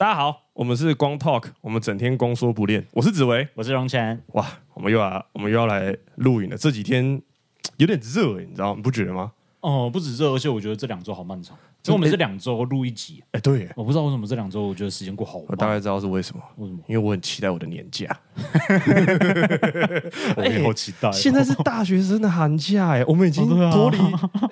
大家好，我们是光 Talk， 我们整天光说不练。我是子维， 我是荣晨。 哇，我们又要来录影了。这几天有点热你知道，你不觉得吗？ 哦，不止热，而且我觉得这2周好漫长。所以我们是2周录一集。 对耶， 我不知道为什么这2周我觉得时间过好慢。 我大概知道是为什么。 为什么？ 因为我很期待我的年假。 我也好期待。 现在是大学生的寒假哎，我们已经脱离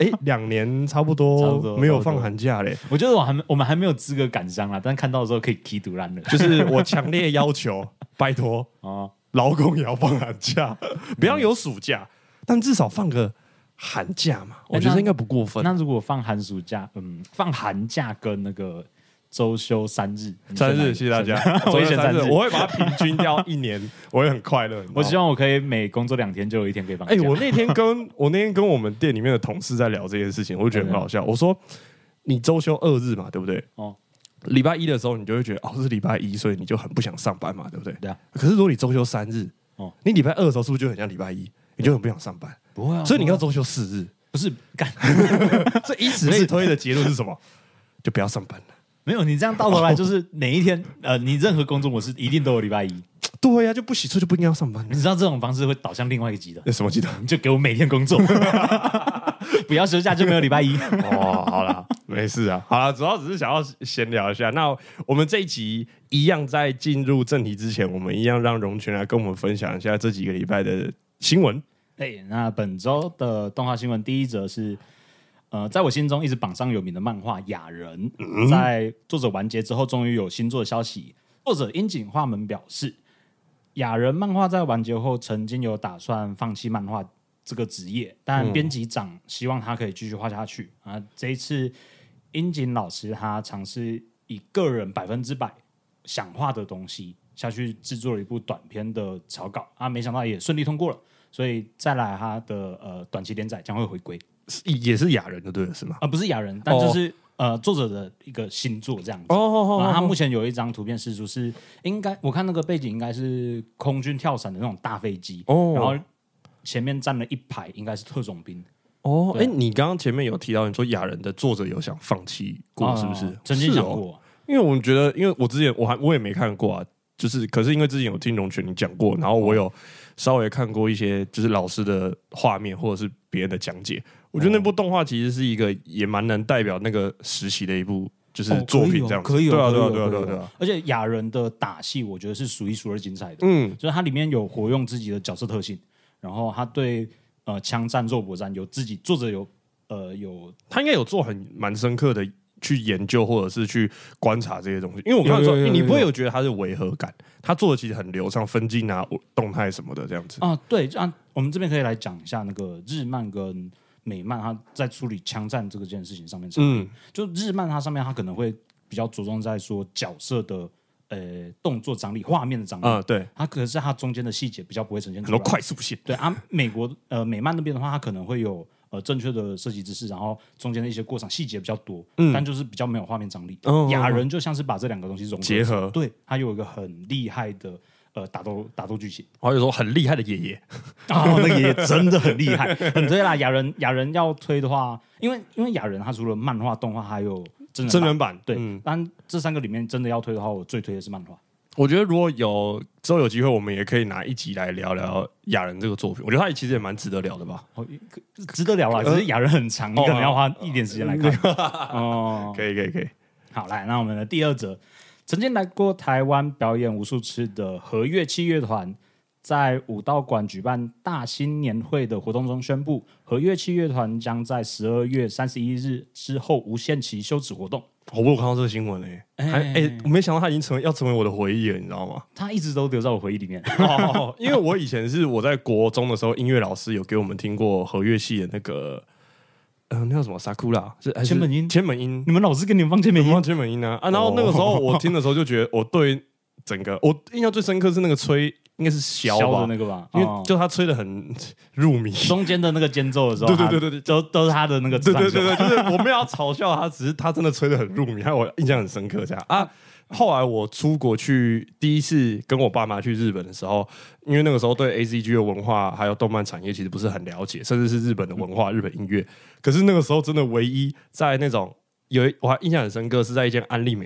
2年差不多没有放寒假嘞。 我觉得我们还没有资格感伤啦，但看到的时候可以踢毒烂了。 就是我强烈要求，拜托劳工也要放寒假，不要有暑假，但至少放个寒假嘛，我觉得应该不过分。 那如果放寒暑假，放寒假跟那个周休3日 ，3日，谢谢大家。 我也选3日， 我会把它平均掉1年，我会很快乐。 我希望我可以每工作2天就有1天可以放假。 我那天跟我们店里面的同事在聊这件事情，我就觉得很好笑。我说你周休2日嘛，对不对？礼拜一的时候你就会觉得是礼拜一，所以你就很不想上班嘛，对不对？ 对啊。 可是如果你周休3日，你礼拜2的时候是不是就很像礼拜一？你就很不想上班？ 不会啊。 所以你要周休4日， 不是干。 所以以此类推的结论是什么？就不要上班了。 没有，你这样到头来就是哪一天你任何工作模式一定都有礼拜一。 对呀，就不洗错就不应该要上班。 你知道这种方式会导向另外一个极端。 什么极端？ 你就给我每天工作，不要休假就没有礼拜一。 好啦，没事啊。好啦，主要只是想要闲聊一下。那我们这一集一样，在进入正题之前，我们一样让荣全来跟我们分享一下这几个礼拜的新闻。 那本周的动画新闻第一则是。在我心中一直榜上有名的漫画《雅人》，在作者完结之后，终于有新作的消息。作者樱井花门表示，《雅人》漫画在完结后，曾经有打算放弃漫画这个职业，但编辑长希望他可以继续画下去。这一次，樱井老师他尝试以个人100%想画的东西下去制作了一部短篇的草稿，没想到也顺利通过了，所以再来他的短期连载将会回归。 也是雅人的对了是吗？ 不是雅人，但就是作者的一个新作这样子。他目前有一张图片释出，是应该我看那个背景应该是空军跳伞的那种大飞机，然后前面站了一排应该是特种兵。 你刚刚前面有提到，你说雅人的作者有想放弃过，是不是？ 曾经想过， 因为我觉得，因为我之前我也没看过啊，就是可是因为之前有听荣全你讲过，然后我有稍微看过一些就是老师的画面或者是别人的讲解。我觉得那部动画其实是一个也蛮能代表那个时期的一部就是作品，这样子。 可以， 对啊。 而且雅人的打戏，我觉得是数一数二精彩的。就是它里面有活用自己的角色特性，然后他对枪战、肉搏战有自己作者有他应该有做蛮深刻的去研究或者是去观察这些东西。因为我看的时候，你不会有觉得他是违和感，他做的其实很流畅，分镜啊、动态什么的这样子。 对，我们这边可以来讲一下那个日漫跟美漫，它在处理枪战这件事情上面差别。就日漫它上面它可能会比较着重在说角色的动作张力、画面的张力。 对， 它可是它中间的细节比较不会呈现出来， 很多快速线。 对美漫那边的话，它可能会有正确的设计知识，然后中间的一些过场细节比较多，但就是比较没有画面张力。雅人就像是把这2个东西融合结合， 对，它有一个很厉害的。打斗剧情， 有时候很厉害的爷爷那个爷爷真的很厉害，很推啦。雅人要推的话，因为雅人他除了漫画、动画，还有真人版，对。但这3个里面真的要推的话，我最推的是漫画。 我觉得如果之后有机会，我们也可以拿一集来聊聊雅人这个作品。我觉得他其实也蛮值得聊的吧。 值得聊啦，只是雅人很长，你可能要花一点时间来看。 可以。 好，来，那我们的第2则。曾经来过台湾表演无数次的和乐器乐团，在武道馆举办大新年会的活动中宣布，和乐器乐团将在12月31日之后无限期休止活动。 我有看到这个新闻我没想到他已经要成为我的回忆了，你知道吗？ 他一直都留在我回忆里面。 因为我以前我在国中的时候，音乐老师有给我们听过和乐器的那个。那叫什么？Sakura 是千本樱。 你们老师给你们放千本樱？ 放千本樱啊！然后那个时候我听的时候就觉得，我对整个我印象最深刻是那个吹，应该是箫的那个吧？ 因为就他吹的很入迷， 中间的那个间奏的时候， 对， 都是他的那个对，就是我没有要嘲笑他，只是他真的吹的很入迷，还有我印象很深刻这样啊。后来我出国去第一次跟我爸妈去日本的时候，因为那个时候对 ACG 的文化还有动漫产业其实不是很了解，甚至是日本的文化、日本音乐。可是那个时候真的唯一在那种我还印象很深刻，是在一间安利美特，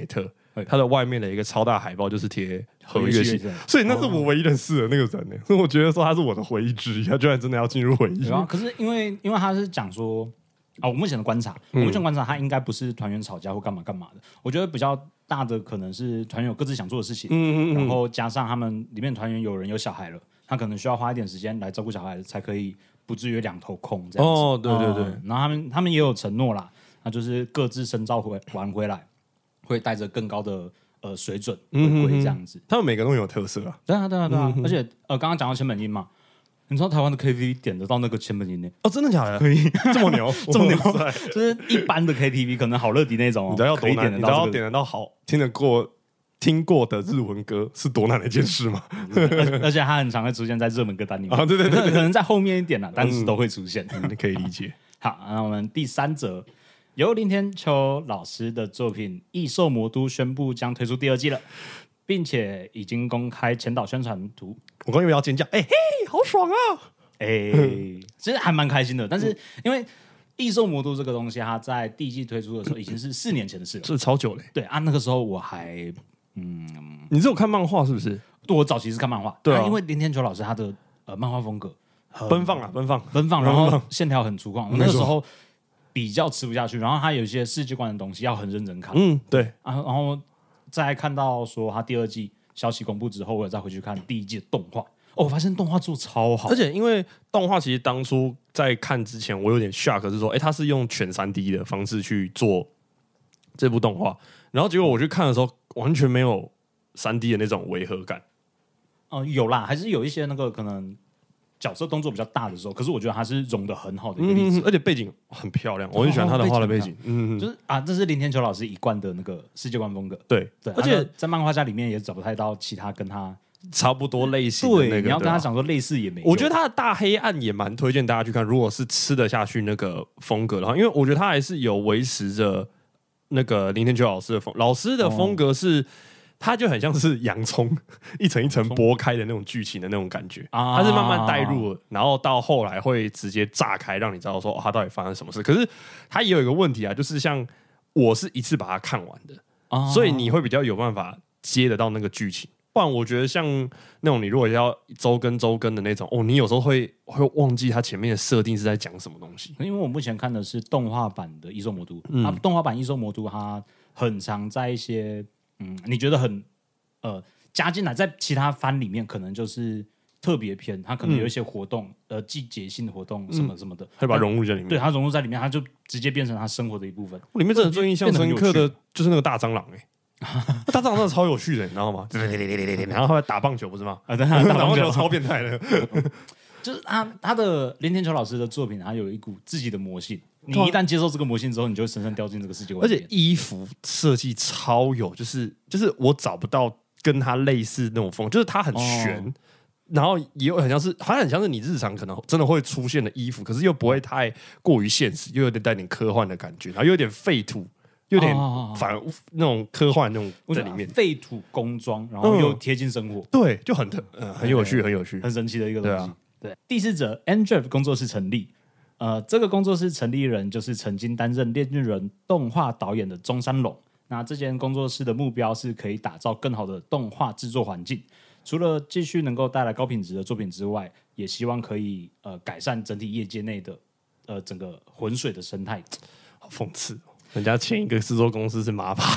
它的外面的一个超大海报就是贴合约系， 系所以那是我唯一认识的那个人呢。所以我觉得说他是我的回忆之一，他居然真的要进入回忆。 对啊，可是因为他是讲说我目前的观察，他应该不是团员吵架或干嘛干嘛的。我觉得比较大的可能是团员有各自想做的事情，然后加上他们里面团员有人有小孩了，他可能需要花一点时间来照顾小孩，才可以不至于两头空这样子。 哦，对对对， 然后他们也有承诺啦，那就是各自深造回来，会带着更高的水准回归这样子。 他们每个都有特色啊。 对啊，而且刚刚讲到千本樱嘛，你知道台湾的 KTV 点得到那个千本樱呢？ 哦，真的假的？可以这么牛， 这么牛，就是一般的 KTV 可能好乐迪那种， 你知道要可以点得到， 你知道点得到好听过的日文歌是多难的一件事吗？ 而且它很常会出现在热门歌单里面啊，对， 可能在后面一点啦，但是都会出现， 可以理解。 好，那我们第3则，由林天秋老师的作品《异兽魔都》宣布将推出第2季了，并且已经公开前导宣传图。 我刚以为要尖叫，嘿，好爽啊！ 其实还蛮开心的，但是因为《异兽魔都》这个东西，它在第1季推出的时候已经是4年前的事了， 这超久嘞。 对啊，那个时候我还你是有看漫画是不是？ 对，我早期是看漫画， 对啊， 因为林天秋老师他的漫画风格奔放， 然后线条很粗犷，我那个时候比较吃不下去，然后他有一些世界观的东西要很认真看， 对然后再看到说他第2季消息公布之后，我有再回去看第1季的动画，我发现动画做超好， 而且因为动画其实当初在看之前，我有点 shock， 是说，他是用全3D 的方式去做这部动画，然后结果我去看的时候，完全没有3D 的那种违和感。 有啦，还是有一些那个可能角色动作比较大的时候，可是我觉得它是融得很好的一个例子， 而且背景很漂亮，我很喜欢他的画的背景， 就是这是林天秋老师一贯的那个世界观风格， 对， 而且在漫画家里面也找不太到其他跟他差不多类型的那个， 对，你要跟他讲说类似也没用。 我觉得他的大黑暗也蛮推荐大家去看，如果是吃得下去那个风格的话，因为我觉得他还是有维持着那个林天秋老师的风格是。它就很像是洋葱一层一层剥开的那种剧情的那种感觉，它是慢慢带入，然后到后来会直接炸开，让你知道说它到底发生什么事。可是它也有一个问题啊，就是像我是一次把它看完的，所以你会比较有办法接得到那个剧情。不然我觉得像那种你如果要周更的那种，你有时候会忘记它前面的设定是在讲什么东西。 因为我目前看的是动画版的《异兽魔都》，动画版《异兽魔都》它很常在一些你觉得很加进来，在其他番里面可能就是特别篇，它可能有一些活动，季节性的活动什么什么的， 它把它融入在里面。 对，它融入在里面，它就直接变成它生活的一部分。 里面真的最印象深刻的就是那个大蟑螂大蟑螂真的超有趣的，你知道吗？然后他打棒球不是吗？ 对， 打棒球超变态的。 就是他的林天秋老师的作品，他有一股自己的魔性。你一旦接受这个魔性之后，你就会深深掉进这个世界观。 而且衣服设计超有，就是我找不到跟他类似那种风，就是他很玄，然后也有很像是，好像很像是你日常可能真的会出现的衣服，可是又不会太过于现实，又有点带点科幻的感觉，然后又有点废土。有点反而那种科幻那种在里面， 废土工装，然后又贴近生活， 对，就很有趣， 很神奇的一个东西。 对第4则 Andrew 工作室成立，这个工作室成立人就是曾经担任《炼狱人》动画导演的中山龙。那这间工作室的目标是可以打造更好的动画制作环境，除了继续能够带来高品质的作品之外，也希望可以改善整体业界内的整个浑水的生态。 好讽刺。人家前一个制作公司是马法，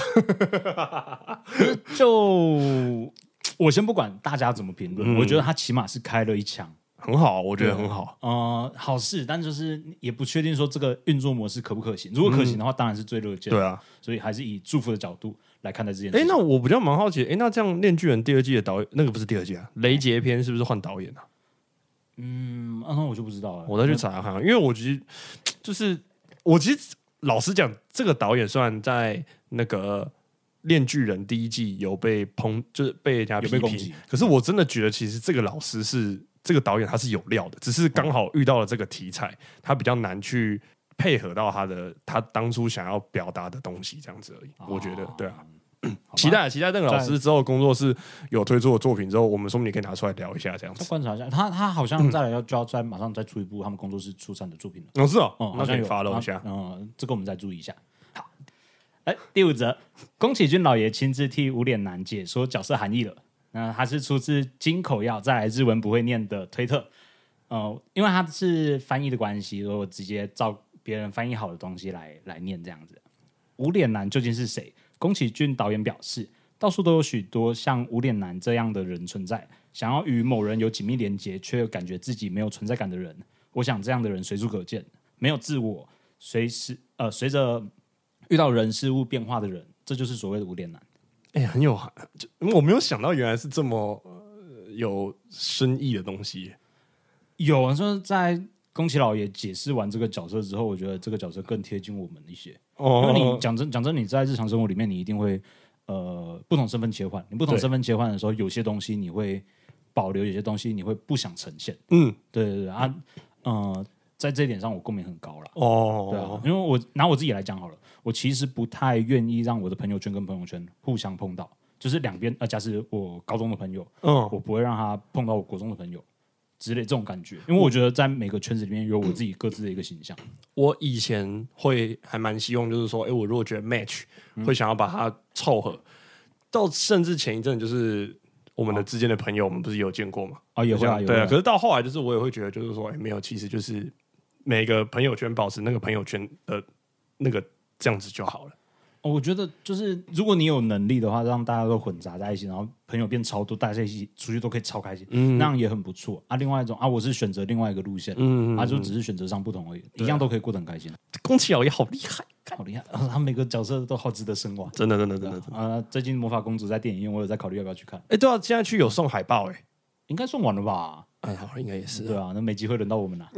就我先不管大家怎么评论，我觉得他起码是开了一枪， 很好，我觉得很好。 好事，但就是也不确定说这个运作模式可不可行。如果可行的话，当然是最乐见。 对啊， 所以还是以祝福的角度来看待这件事。 那我比较蛮好奇，那这样《链锯人》第2季的导演，那个不是第2季啊，雷杰篇是不是换导演啊？ 那我就不知道了， 我再去查看，因为我其实老实讲，这个导演虽然在那个《链锯人》第1季有被就是被人家批评，可是我真的觉得，其实这个这个导演他是有料的，只是刚好遇到了这个题材，他比较难去配合到他当初想要表达的东西，这样子而已。我觉得，对啊。期待这个老师之后工作室有推出的作品之后，我们说不定可以拿出来聊一下，这样子观察一下。他好像再来就要马上再出一部他们工作室出产的作品了。 是那可以 follow 一下。 这个我们再注意一下。好， 第5则，宫崎骏老爷亲自替无脸男解说角色含义了。那他是出自金口耀再来日文不会念的推特。因为他是翻译的关系，所以我直接照别人翻译好的东西来念这样子。无脸男究竟是谁？宫崎骏导演表示，到处都有许多像无脸男这样的人存在，想要与某人有紧密连结，却又感觉自己没有存在感的人。我想这样的人随处可见，没有自我，随着遇到人事物变化的人，这就是所谓的无脸男。 很有，我没有想到原来是这么有深意的东西。 有啊，就是在宫崎老爷解释完这个角色之后，我觉得这个角色更贴近我们一些。因为你讲真，你在日常生活里面，你一定会不同身份切换。你不同身份切换的时候，有些东西你会保留，有些东西你会不想呈现。对啊，在这一点上我共鸣很高了。对啊，因为我拿我自己来讲好了，我其实不太愿意让我的朋友圈跟朋友圈互相碰到，就是两边假使我高中的朋友，我不会让他碰到我国中的朋友之类这种感觉，因为我觉得在每个圈子里面有我自己各自的一个形象。 我以前会还蛮希望，就是说，我如果觉得 match，会想要把它凑合。到甚至前一阵，就是我们的之间的朋友，我们不是有见过吗？ 有会啊， 对啊。可是到后来，就是我也会觉得，就是说，没有，其实就是每个朋友圈保持那个朋友圈的那个这样子就好了。 我觉得就是如果你有能力的话，让大家都混杂在一起，然后朋友变超多，大家一起出去都可以超开心，那样也很不错啊。另外一种我是选择另外一个路线，就只是选择上不同而已，一样都可以过得很开心。 宫崎老爷好厉害， 好厉害！他每个角色都好值得深挖， 真的。 最近魔法公主在电影院，我有在考虑要不要去看。 对啊，现在去有送海报应该送完了吧？ 好，应该也是。 对啊，那没机会轮到我们了。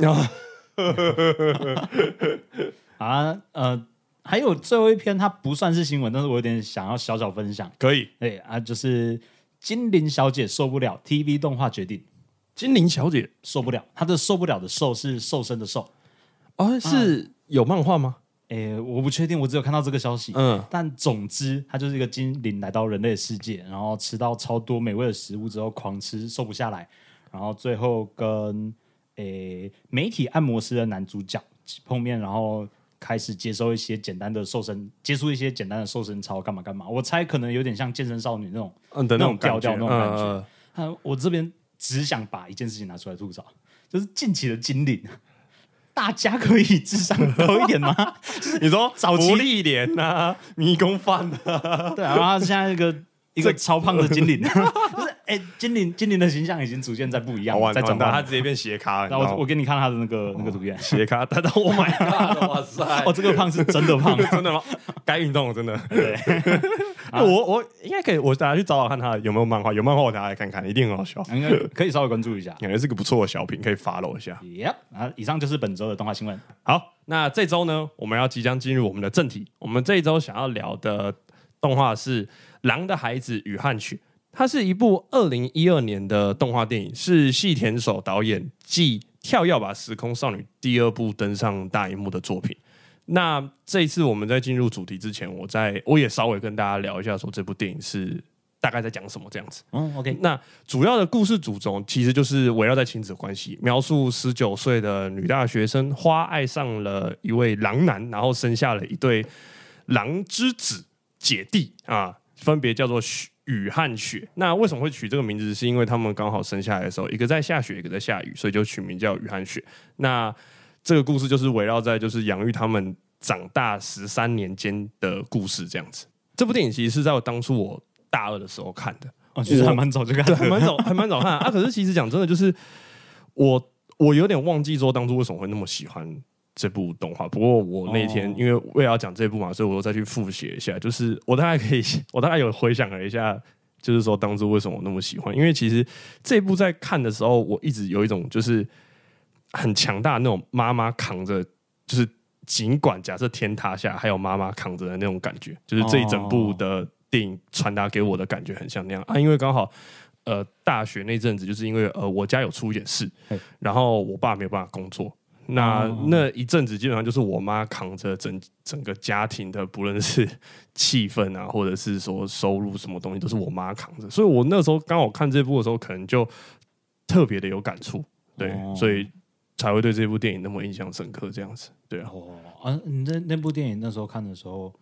还有最后一篇，它不算是新闻，但是我有点想要小分享。 可以， 就是精灵小姐受不了 TV 动画决定。 精灵小姐受不了，她的受不了的受是瘦身的瘦。 是有漫画吗？ 我不确定，我只有看到这个消息。但总之，它就是一个精灵来到人类的世界，然后吃到超多美味的食物之后狂吃，瘦不下来，然后最后跟媒体按摩师的男主角碰面，然后开始接受一些简单的瘦身，接触一些简单的瘦身操，干嘛。我猜可能有点像健身少女那种调调那种感觉。我这边只想把一件事情拿出来吐槽，就是近期的精灵，大家可以智商高一点吗？ 你说早期福利莲啊，迷宫饭啊， 对啊，然后现在一个超胖的精灵，就是精灵的形象已经逐渐在不一样，在转换， 他直接变斜咖。 然后我给你看他的那个图片， 斜咖，但Oh my god，哇塞！ 这个胖是真的胖， 真的吗？该运动了，真的。对，我应该可以，我等下去找看他有没有漫画，有漫画我等下来看看，一定很好笑， 应该可以稍微关注一下， 感觉是个不错的小品，可以 follow 一下。 以上就是本周的动画新闻。 好，那这周呢，我们要即将进入我们的正题。我们这一周想要聊的动画是《狼的孩子与汗血》，它是一部2012年的动画电影，是细田守导演继《跳跃吧时空少女》第2部登上大荧幕的作品。那这一次我们在进入主题之前，我也稍微跟大家聊一下，说这部电影是大概在讲什么这样子。 OK。 那主要的故事主轴其实就是围绕在亲子关系，描述19岁的女大学生花爱上了一位狼男，然后生下了一对狼之子姐弟分别叫做雨和雪。那为什么会取这个名字？是因为他们刚好生下来的时候，一个在下雪，一个在下雨，所以就取名叫雨和雪。那这个故事就是围绕在就是养育他们长大13年间的故事这样子。这部电影其实是在当初我大2的时候看的， 其实还蛮早就看的， 还蛮早看可是其实讲真的，就是我有点忘记说当初为什么会那么喜欢这部动画。不过我那天因为为了要讲这部嘛，所以我又再去复写一下，就是我大概有回想了一下，就是说当初为什么我那么喜欢。因为其实这部在看的时候，我一直有一种就是很强大的那种妈妈扛着，就是尽管假设天塌下还有妈妈扛着的那种感觉，就是这一整部的电影传达给我的感觉很像那样因为刚好大学那阵子就是因为我家有出一点事，然后我爸没有办法工作，那一阵子基本上就是我妈扛着整个家庭的，不论是气氛啊，或者是说收入什么东西，都是我妈扛着。所以我那时候刚好看这部的时候，可能就特别的有感触，对，所以才会对这部电影那么印象深刻，这样子，对啊。 你那部电影那时候看的时候，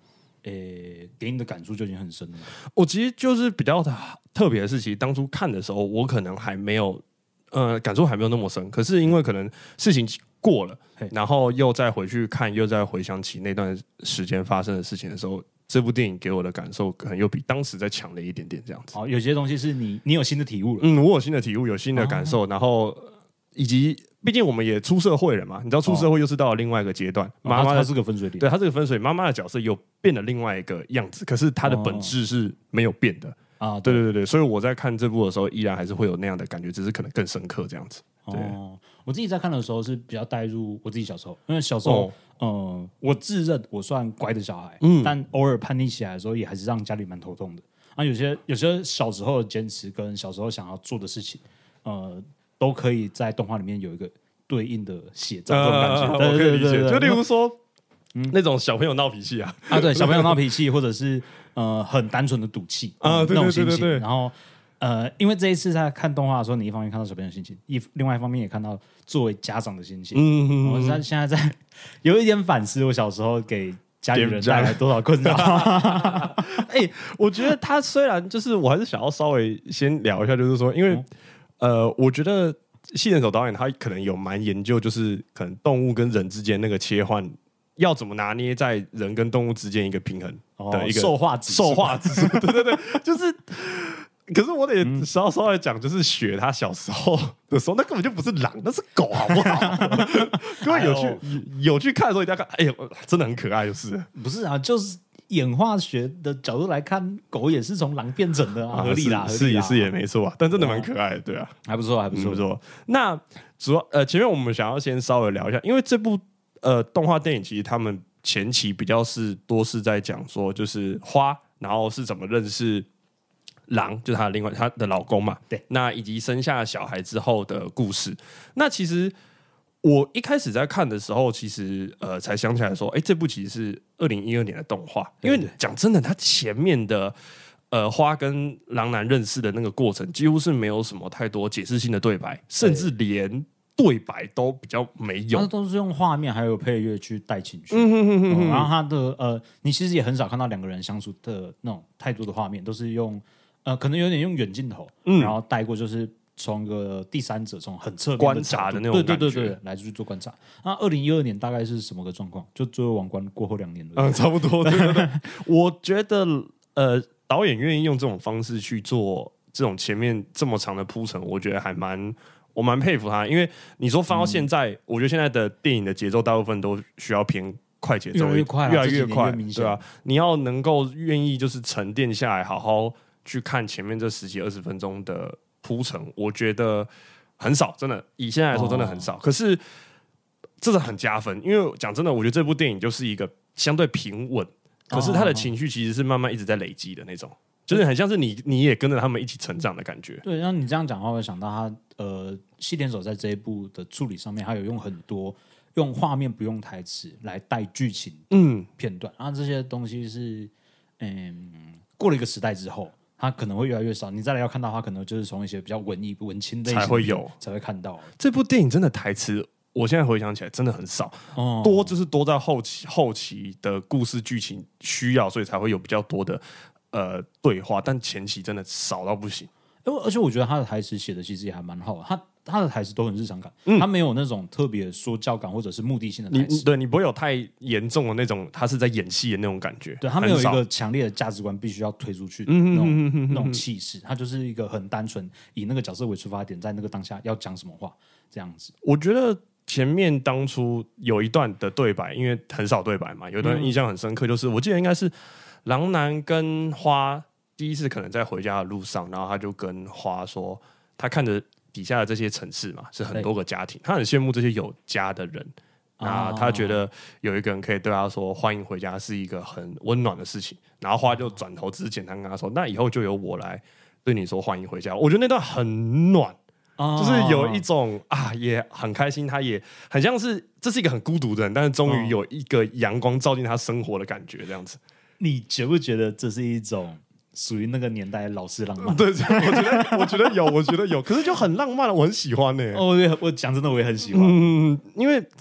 给你的感触就已经很深了。 我其实就是比较特别的是，其实当初看的时候，我可能还没有感受还没有那么深，可是因为可能事情过了，然后又再回去看，又再回想起那段时间发生的事情的时候，这部电影给我的感受可能又比当时再强了一点点这样子。 有些东西是你有新的体悟了， 我有新的体悟，有新的感受，然后以及毕竟我们也出社会了嘛，你知道出社会又是到了另外一个阶段，妈妈它是个分水岭， 对，它是个分水，妈妈的角色又变了另外一个样子，可是她的本质是没有变的。对，所以我在看这部的时候，依然还是会有那样的感觉，只是可能更深刻这样子。 我自己在看的时候是比较带入我自己小时候，因为小时候，我自认我算乖的小孩，但偶尔叛逆起来的时候，也还是让家里蛮头痛的。有些小时候的坚持跟小时候想要做的事情，都可以在动画里面有一个对应的写照，这种感觉。 我可以理解。就例如说，那种小朋友闹脾气对，小朋友闹脾气，或者是很单纯的赌气那种心情。然后因为这一次在看动画的时候，你一方面看到小朋友的心情，另外一方面也看到作为家长的心情。我现在在有一点反思，我小时候给家里人带来多少困扰。 我觉得他虽然就是我还是想要稍微先聊一下，就是说，因为我觉得细田守导演他可能有蛮研究，就是可能动物跟人之间那个切换要怎么拿捏在人跟动物之间一个平衡的一个兽化指数， 对，就是。可是我得稍微讲，就是雪他小时候的时候，那根本就不是狼，那是狗，好不好？各位有去看的时候一定要看，哎呦，真的很可爱，就是不是啊？就是演化学的角度来看，狗也是从狼变成的合理啦， 是也没错啊，但真的蛮可爱的，对啊， 还不错。 那主要前面我们想要先稍微聊一下，因为这部动画电影其实他们前期比较多是在讲说，就是花，然后是怎么认识。狼就是她的老公嘛， 对， 那以及生下小孩之后的故事。那其实我一开始在看的时候，其实才想起来说，这部其实是2012年的动画。因为讲真的，它前面的花跟狼男认识的那个过程，几乎是没有什么太多解释性的对白，甚至连对白都比较没有， 它都是用画面还有配乐去带情绪。然后它的你其实也很少看到两个人相处的那种太多的画面，都是用。可能有点用远镜头，然后带过，就是从个第三者从很侧面观察的那种感觉， 对，来去做观察。那2012年大概是什么个状况？就最后王冠过后2年了， 差不多。对，我觉得导演愿意用这种方式去做这种前面这么长的铺陈，我觉得我蛮佩服他。因为你说放到现在，我觉得现在的电影的节奏大部分都需要偏快节奏，越来越快，对啊，你要能够愿意就是沉淀下来，好好。去看前面这10几20分钟的铺陈，我觉得很少，真的以现在来说真的很少。可是这是很加分，因为讲真的，我觉得这部电影就是一个相对平稳，可是他的情绪其实是慢慢一直在累积的那种，就是很像是你也跟着他们一起成长的感觉。 对，然后你这样讲的话，我想到他细田守在这一部的处理上面，他有用很多用画面不用台词来带剧情片段，然后这些东西是过了一个时代之后。它可能会越来越少，你再来要看到它，可能就是从一些比较文青类型才会看到。 这部电影真的台词，我现在回想起来真的很少，就是多在后期的故事剧情需要，所以才会有比较多的对话，但前期真的少到不行。 而且我觉得他的台词写的其实也还蛮好的，他的台词都很日常感，他没有那种特别说教感或者是目的性的台词。 你不会有太严重的那种，他是在演戏的那种感觉。 对，他没有一个强烈的价值观必须要推出去的那种气势，他就是一个很单纯以那个角色为出发点，在那个当下要讲什么话这样子。 我觉得前面当初有一段的对白，因为很少对白嘛，有一段印象很深刻，就是我记得应该是狼男跟花。第一次可能在回家的路上，然后他就跟花说，他看着底下的这些城市嘛，是很多个家庭，他很羡慕这些有家的人。那他觉得有一个人可以对他说欢迎回家是一个很温暖的事情。然后花就转头只是简单跟他说，那以后就由我来对你说欢迎回家。我觉得那段很暖，就是有一种也很开心，他也很像是这是一个很孤独的人，但是终于有一个阳光照进他生活的感觉，这样子。 你觉不觉得这是一种属于那个年代的老式浪漫？ 对，我觉得有，可是就很浪漫了，我很喜欢呢。 我讲真的，我也很喜欢。 因为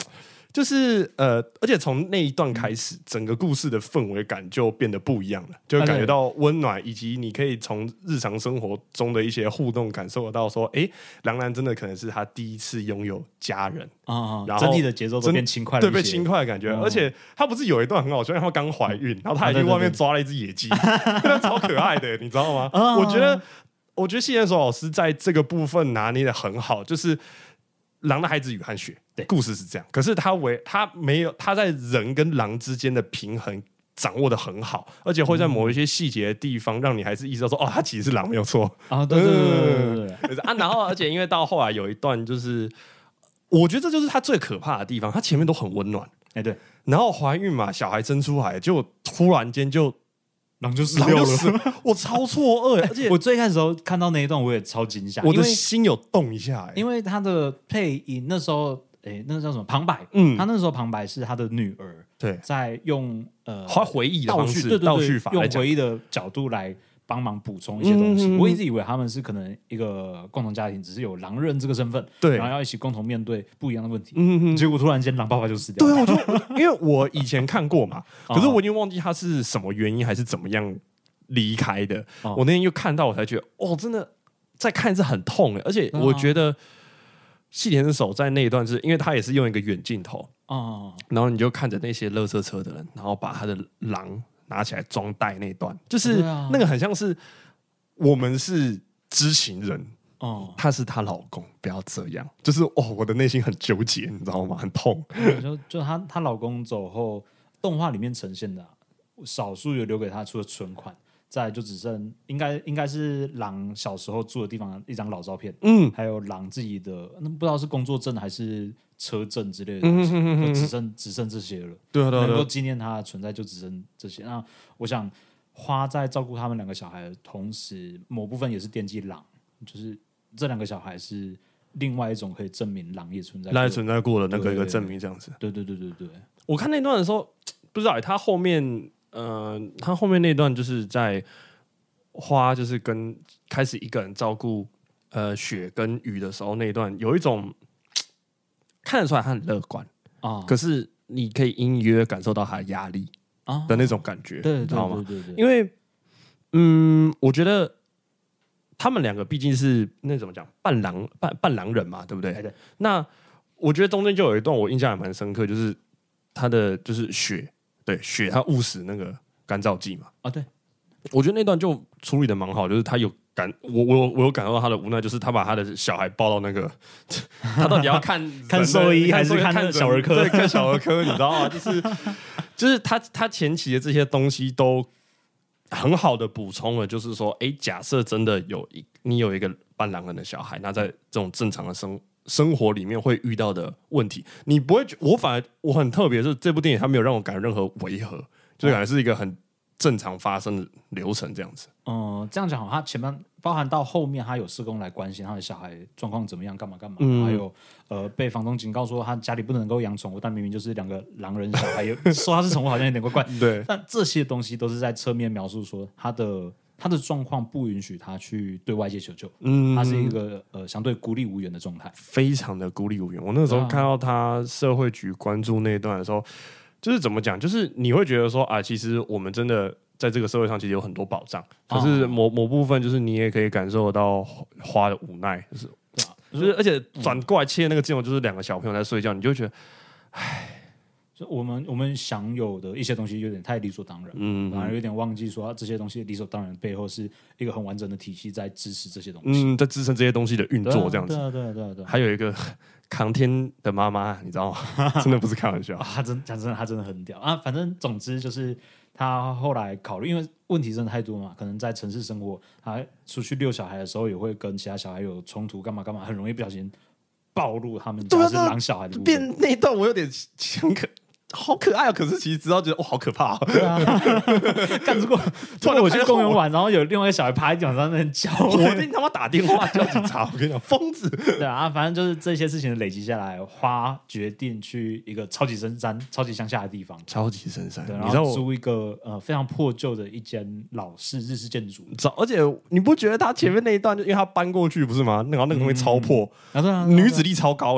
就是而且从那一段开始，整个故事的氛围感就变得不一样了，就感觉到温暖，以及你可以从日常生活中的一些互动感受得到说，狼男真的可能是他第一次拥有家人然后整体的节奏都变轻快了一些， 对，变轻快的感觉。而且他不是有一段很好笑，因为他刚怀孕，然后他还去外面抓了一只野鸡，那超可爱的，你知道吗？我觉得细田守老师在这个部分拿捏的很好，就是狼的孩子与和雪，故事是这样，可是他没有他在人跟狼之间的平衡掌握的很好，而且会在某一些细节的地方让你还是意识到说，他其实是狼没有错啊，对然后而且因为到后来有一段就是，我觉得这就是他最可怕的地方，他前面都很温暖， 对， 然后怀孕嘛，小孩生出来就突然间就。 狼就死掉了， 我超错愕，而且我最开始的时候看到那一段，我也超惊吓， 我的心有动一下， 因为他的配音那时候，那个叫什么旁白，他那时候旁白是他的女儿， 对， 在用回忆的方式， 倒叙法， 用回忆的角度来帮忙补充一些东西。我一直以为他们是可能一个共同家庭，只是有狼人这个身份， 对， 然后要一起共同面对不一样的问题。结果突然间狼爸爸就死掉了。对，因为我以前看过嘛，可是我已经忘记他是什么原因还是怎么样离开的。我那天又看到，我才觉得，真的再看一次很痛而且我觉得细田守在那一段是因为他也是用一个远镜头然后你就看着那些垃圾车的人，然后把他的狼拿起来装袋那段，就是那个很像是我们是知情人她是她老公，不要这样，就是我的内心很纠结，你知道吗？很痛。 就她老公走后，动画里面呈现的少数有留给她除了存款，再来就只剩应该是狼小时候住的地方一张老照片，还有狼自己的不知道是工作证还是车证之类的东西，就只剩这些了。 对， 能够纪念他的存在就只剩这些。那我想花在照顾他们两个小孩的同时，某部分也是惦记狼，就是这两个小孩是另外一种可以证明狼也存在过的那个一个证明，这样子。 对。 我看那段的时候，不知道他后面那段就是在花就是跟开始一个人照顾雪跟雨的时候，那一段有一种看得出来他很乐观可是你可以隐约感受到他的压力的那种感觉， 对， 知道吗？ 对， 因为我觉得他们两个毕竟是那怎么讲半狼人嘛，对不对？ 对。 那我觉得中间就有一段我印象还蛮深刻，就是他的就是雪他误食那个干燥剂嘛对， 我觉得那段就处理的蛮好，就是他有我有感受到他的无奈，就是他把他的小孩抱到那个，他到底要看看兽医还是看小儿科？ 对，看小儿科，你知道吗？就是他前期的这些东西都很好的补充了，就是说，假设真的你有一个半狼人的小孩，那在这种正常的生活里面会遇到的问题，你不会，我很特别，是这部电影它没有让我感觉任何违和，就是感觉是一个很正常发生的流程这样子。 这样讲好，他前面包含到后面，他有社工来关心他的小孩状况怎么样，干嘛，还有被房东警告说他家里不能够养宠物，但明明就是两个狼人小孩，说他是宠物好像有点怪怪。 对， 但这些东西都是在侧面描述说他的状况不允许他去对外界求救，他是一个相对孤立无援的状态， 非常的孤立无援。我那时候看到他社会局关注那一段的时候，就是怎么讲，就是你会觉得说其实我们真的在这个社会上其实有很多保障，可是某部分就是你也可以感受到花的无奈，就是而且转过来切那个镜头，就是两个小朋友在睡觉，你就会觉得， 我们享有的一些东西有点太理所当然，反而有点忘记说这些东西理所当然背后是一个很完整的体系在支持这些东西， 在支撑这些东西的运作这样子。 对。 还有一个扛天的妈妈，你知道吗？真的不是开玩笑， 他真的很屌啊！反正总之就是他后来考虑，因为问题真的太多嘛，可能在城市生活，他出去遛小孩的时候也会跟其他小孩有冲突，干嘛，很容易不小心暴露他们家是狼小孩的部分。 那一段我有点好可爱可是其实知道觉得好可怕对啊，干如果我去公园玩，然后有另外一个小孩趴在地板上那边叫， 我一定他妈打电话叫警察！我跟你讲，疯子。 对啊，反正就是这些事情累积下来，花决定去一个超级深山、超级乡下的地方， 超级深山， 对，然后租一个非常破旧的一间老式日式建筑， 而且你不觉得他前面那一段，就因为他搬过去不是吗？然后那个东西超破，女子力超高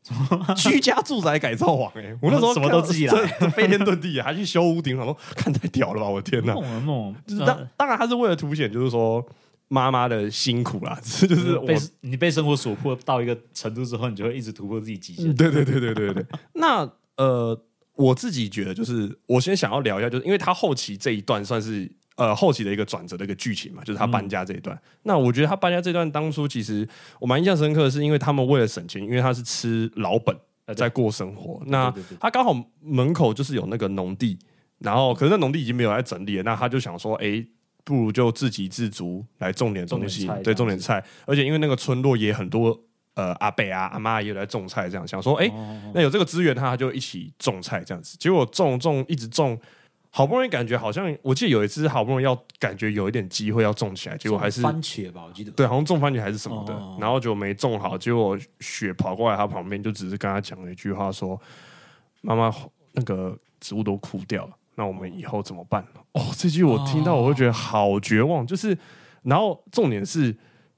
居家住宅改造王我那时候什么都自己来， 这飞天遁地，还去修屋顶，然后看太屌了吧！我的天哪， 梦就是当然他是为了凸显，就是说妈妈的辛苦啦，就是你被生活所迫到一个程度之后，你就会一直突破自己极限。 对。那我自己觉得，就是我先想要聊一下，就是因为他后期这一段算是后期的一个转折的一个剧情嘛，就是他搬家这一段。那我觉得他搬家这段当初其实我蛮印象深刻的是，因为他们为了省钱，因为他是吃老本在过生活。那他刚好门口就是有那个农地，然后可是那农地已经没有在整理了，那他就想说，不如就自给自足来种点东西，对，种点菜。而且因为那个村落也很多阿伯啊阿妈也有在种菜，这样想说，那有这个资源，他就一起种菜这样子。结果种一直种。好不容易感觉好像，我记得有一次好不容易要感觉有一点机会要种起来，结果还是番茄吧，我记得对，好像种番茄还是什么的，然后就没种好，结果雪跑过来他旁边，就只是跟他讲了一句话说：“妈妈，那个植物都枯掉了，那我们以后怎么办？”这句我听到我会觉得好绝望，就是，然后重点是，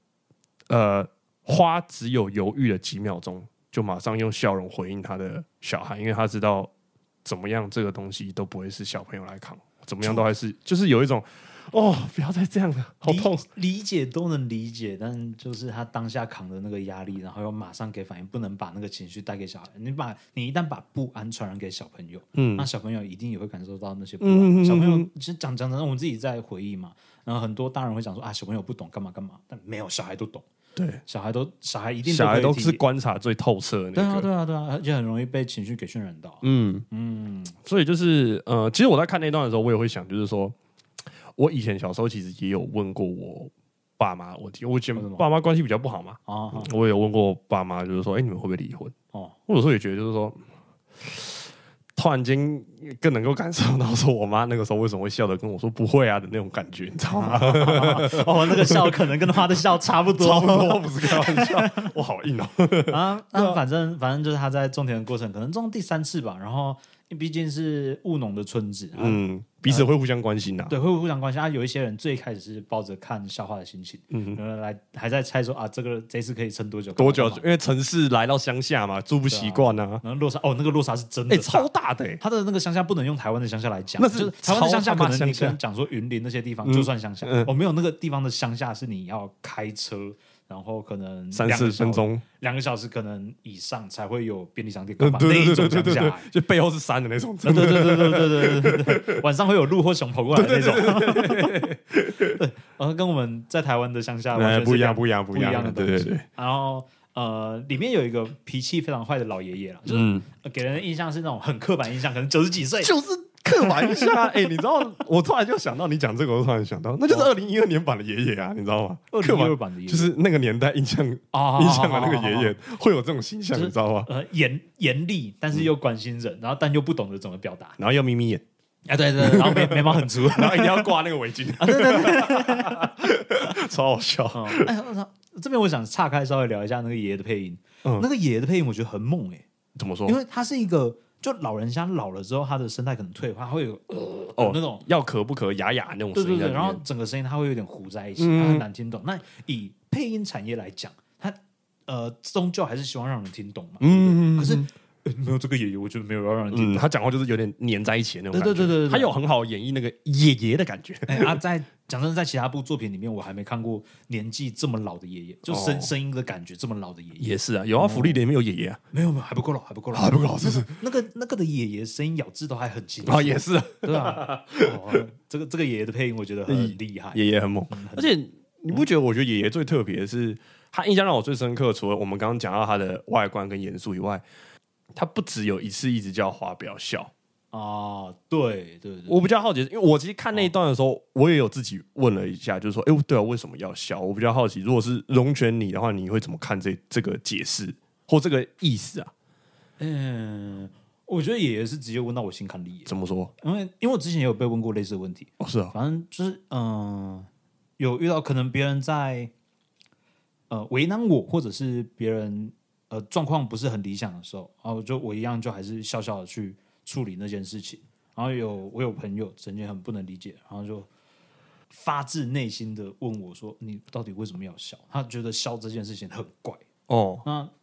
花只有犹豫了几秒钟，就马上用笑容回应他的小孩，因为他知道。怎么样，这个东西都不会是小朋友来扛，怎么样都还是就是有一种不要再这样了，好痛。 理解都能理解，但就是他当下扛的那个压力，然后又马上给反应，不能把那个情绪带给小孩。你一旦把不安传染给小朋友，那小朋友一定也会感受到那些不安。小朋友其实讲真，我们自己在回忆嘛，然后很多大人会讲说小朋友不懂干嘛干嘛，但没有，小孩都懂。 对， 小孩一定小孩都是观察最透彻的那个， 对啊，而且很容易被情绪给渲染到。 所以就是其实我在看那段的时候，我也会想，就是说我以前小时候其实也有问过我爸妈问题，我以前爸妈关系比较不好嘛，我也有问过爸妈，就是说，你们会不会离婚？我有时候也觉得，就是说。突然间更能够感受到说我妈那个时候为什么会笑的跟我说不会啊的那种感觉，你知道吗？ 那个笑可能跟他的笑差不多， 不是开玩笑，我好硬那反正就是他在种田的过程，可能种第3次吧，然后毕竟是务农的村子， 彼此会互相关心对，会互相关心。有一些人最开始是抱着看笑话的心情，还在猜说这次可以撑多久？ 因为城市来到乡下嘛，住不习惯啊。 然后落差那个落差是真的超大的他的那个乡下不能用台湾的乡下来讲， 那就是台湾的乡下可能你可能讲说云林那些地方就算乡下，没有那个地方的乡下是你要开车。然后可能 3-4分钟 ，2个小时可能以上才会有便利商店，那一种乡下， 就背后是山的那种， 对，晚上会有鹿或熊跑过来那种，对，跟我们在台湾的乡下完全不一样的东西。对。然后里面有一个脾气非常坏的老爷爷啦，就是给人的印象是那种很刻板印象，可能90几岁， 就是。刻板印象你知道，我突然就想到你讲这个，我突然想到，那就是2012年版的爷爷啊，你知道吗 ？2012版的爷爷就是那个年代印象的那个爷爷会有这种形象，你知道吗？ 严厉，但是又关心人，然后但又不懂得怎么表达， 然后又眯眯眼， 对，然后眉毛很粗， 然后一定要挂那个围巾， 对， 超好笑。 这边我想岔开稍微聊一下那个爷爷的配音，那个爷爷的配音我觉得很猛怎么说？ 因为他是一个。就老人家老了之后，他的声带可能退化，会有那种要咳不咳、哑哑那种声音。 对，然后整个声音它会有点糊在一起，它很难听懂。那以配音产业来讲，它终究还是希望让人听懂嘛。可是没有这个爷爷，我觉得没有要让人听懂。 他讲话就是有点黏在一起的那种感觉。 对， 他有很好演绎那个爷爷的感觉。 在讲真的，在其他部作品里面，我还没看过年纪这么老的爷爷，就声音的感觉这么老的爷爷。 也是啊，有福利的里面有爷爷啊， 没有，还不够老， 就是那个的爷爷声音咬字都还很清楚。也是啊， 对吧？这个爷爷的配音我觉得很厉害， 爷爷很猛。而且你不觉得？我觉得爷爷最特别的是，他印象让我最深刻，除了我们刚刚讲到他的外观跟严肃以外，他不只有一次一直叫花不要笑。 对， 我比较好奇，因为我其实看那一段的时候，我也有自己问了一下，就是说，对啊，为什么要笑？我比较好奇，如果是龙泉你的话，你会怎么看这个解释或这个意思啊？ 我觉得爷爷是直接问到我心坎里。 怎么说？ 因为我之前也有被问过类似的问题。 是啊， 反正就是有遇到可能别人在为难我，或者是别人状况不是很理想的时候，然后我一样就还是笑笑的去处理那件事情。然后我有朋友曾经很不能理解，然后就发自内心的问我说：“你到底为什么要笑？”他觉得笑这件事情很怪。那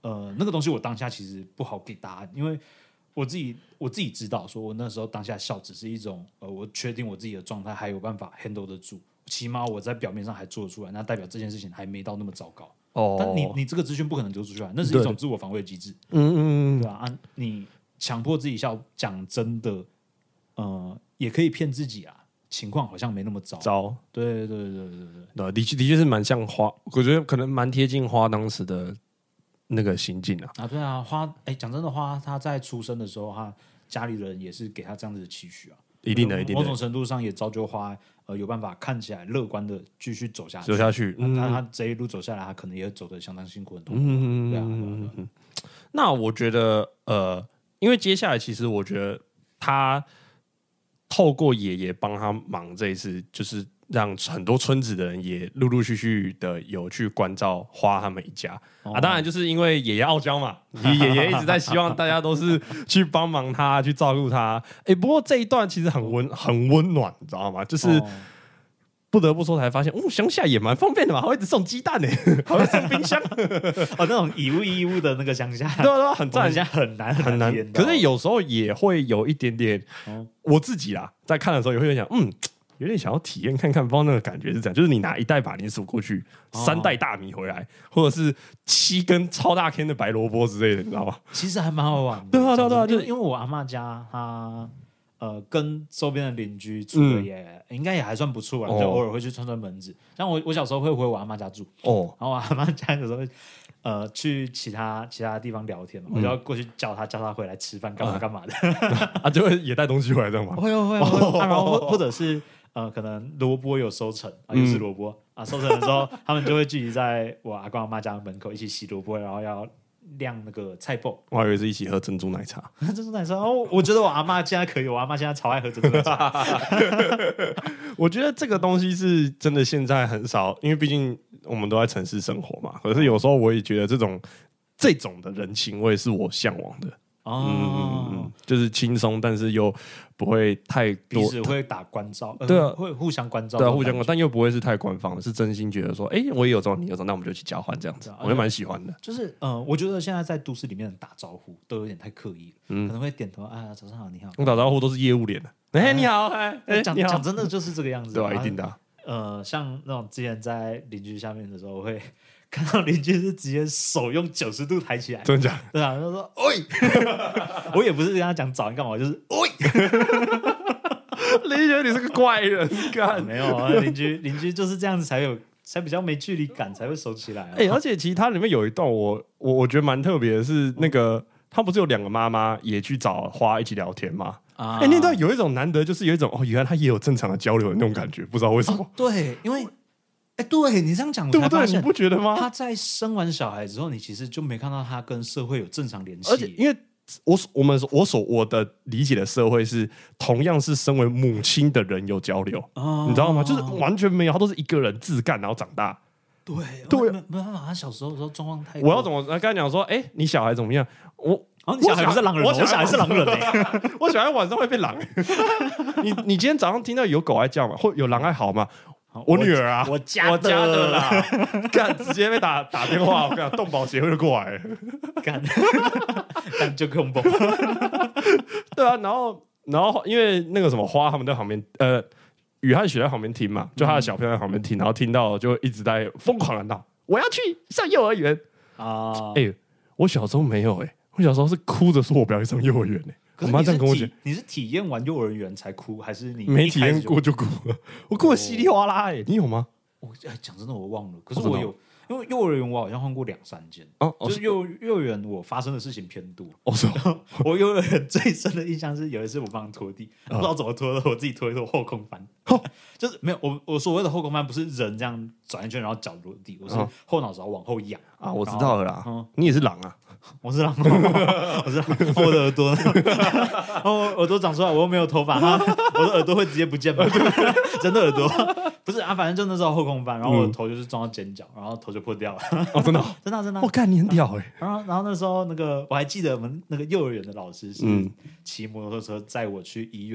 那个东西我当下其实不好给答案，因为我自己知道，说我那时候当下笑只是一种我确定我自己的状态还有办法 handle 得住，起码我在表面上还做得出来，那代表这件事情还没到那么糟糕。但你这个资讯不可能丢出去来，那是一种自我防卫机制。对吧？你强迫自己笑，讲真的，也可以骗自己啊。情况好像没那么糟。对， 的确是蛮像花，我觉得可能蛮贴近花当时的那个行径啊。 对啊，花，讲真的，花他在出生的时候，他家里人也是给他这样子的期许啊。 一定的， 某种程度上也造就花有办法看起来乐观的继续走下去。那他这一路走下来，他可能也走得相当辛苦很痛苦。对啊。 那我觉得因为接下来其实我觉得他透过爷爷帮他忙这一次，就是让很多村子的人也陆陆续续的有去关照花他们一家当然就是因为爷爷傲娇嘛，爷爷一直在希望大家都是去帮忙他，去照顾他。不过这一段其实很温暖，你知道吗？就是不得不说才发现，乡下也蛮方便的嘛，还会一直送鸡蛋呢，还会送冰箱那种以物的那个乡下， 对，很赞， 现在很难。 可是有时候也会有一点点，我自己啦，在看的时候也会想，有点想要体验看看，不知道那个感觉是怎样。就是你拿1袋马铃薯过去，3袋大米回来，或者是7根超大根的白萝卜之类的，你知道吗？ 其实还蛮好玩的。 对啊， 就是因为我阿嬷家她跟周边的邻居住的应该也还算不错啦，就偶尔会去串门子。像我小时候会回我阿嬷家住，然后我阿嬷家有时候去其他地方聊天嘛，我就要过去叫他回来吃饭，干嘛的就会也带东西回来这样吗？ 会，然后或者是可能萝卜有收成又是萝卜收成的时候，他们就会聚集在我阿公阿嬷家门口一起洗萝卜，然后要晾那个菜脯。 我还以为是一起喝珍珠奶茶。 珍珠奶茶我觉得我阿嬷现在可以，我阿嬷现在超爱喝珍珠奶茶。 我觉得这个东西是真的现在很少，因为毕竟我们都在城市生活嘛。可是有时候我也觉得这种的人情味是我向往的。就是轻松，但是又不会太多， 彼此会打关照， 对啊， 会互相关照， 对啊，互相关照，但又不会是太官方的，是真心觉得说，我也有种，你有种，那我们就去交换这样子，我也蛮喜欢的。 就是我觉得现在在都市里面打招呼都有点太刻意了，可能会点头早上好，你好。 我打招呼都是业务脸的，你好， 讲真的就是这个样子， 对啊，一定的。 像那种之前在邻居下面的时候会。看到邻居是直接手用90度抬起来， 真的假的？ 对啊，他说“喂”，我也不是跟他讲早安干嘛，就是“喂”。 邻居觉得你是个怪人， 没有啊，邻居就是这样子才比较没距离感，才会熟起来。 而且其实它里面有一段我觉得蛮特别的是，那个他不是有2个妈妈也去找花一起聊天吗？那段有一种难得，就是有一种原来他也有正常的交流的那种感觉，不知道为什么。 对，因为。对你这样讲， 对不对？你不觉得吗？ 他在生完小孩之后，你其实就没看到他跟社会有正常联系。 而且，因为我的理解的社会是，同样是身为母亲的人有交流，你知道吗？就是完全没有，他都是一个人自干，然后长大。 对，没办法，他小时候的时候状况太…… 我要怎么跟他讲说？你小孩怎么样？ 你小孩不是狼人，我小孩是狼人我小孩晚上会变狼。你今天早上听到有狗在叫吗？或有狼在嚎吗？我女儿啊， 我家的啦，干直接被打电话，我跟你讲，动保协会就过来了， 干就恐怖。 对啊，然后因为那个什么花他们在旁边，雨和雪在旁边听嘛，就他的小朋友在旁边听，然后听到就一直在疯狂喊道：“我要去上幼儿园啊！”我小时候没有我小时候是哭着说我不要去上幼儿园我妈这样跟我讲， 你是体验完幼儿园才哭，还是你没体验过就哭了？我哭得稀里哗啦你有吗？ 讲真的我忘了，可是我有，因为幼儿园我好像换过2-3间，就是幼儿园我发生的事情偏多。我幼儿园最深的印象是有一次我帮他拖地，不知道怎么拖的，我自己拖一拖后空翻，就是没有我所谓的后空翻不是人这样转一圈然后脚落地，我是后脑勺往后仰啊，我知道了啦，你也是狼啊。 我是狼，我的耳朵，耳朵长出来，我又没有头发，我的耳朵会直接不见吗？真的耳朵不是反正就那时候后空翻，然后我的头就是撞到尖角，然后头就破掉了。 真的， 真的， 我看你很屌然后那时候我还记得我们那个幼儿园的老师是骑摩托车载我去医院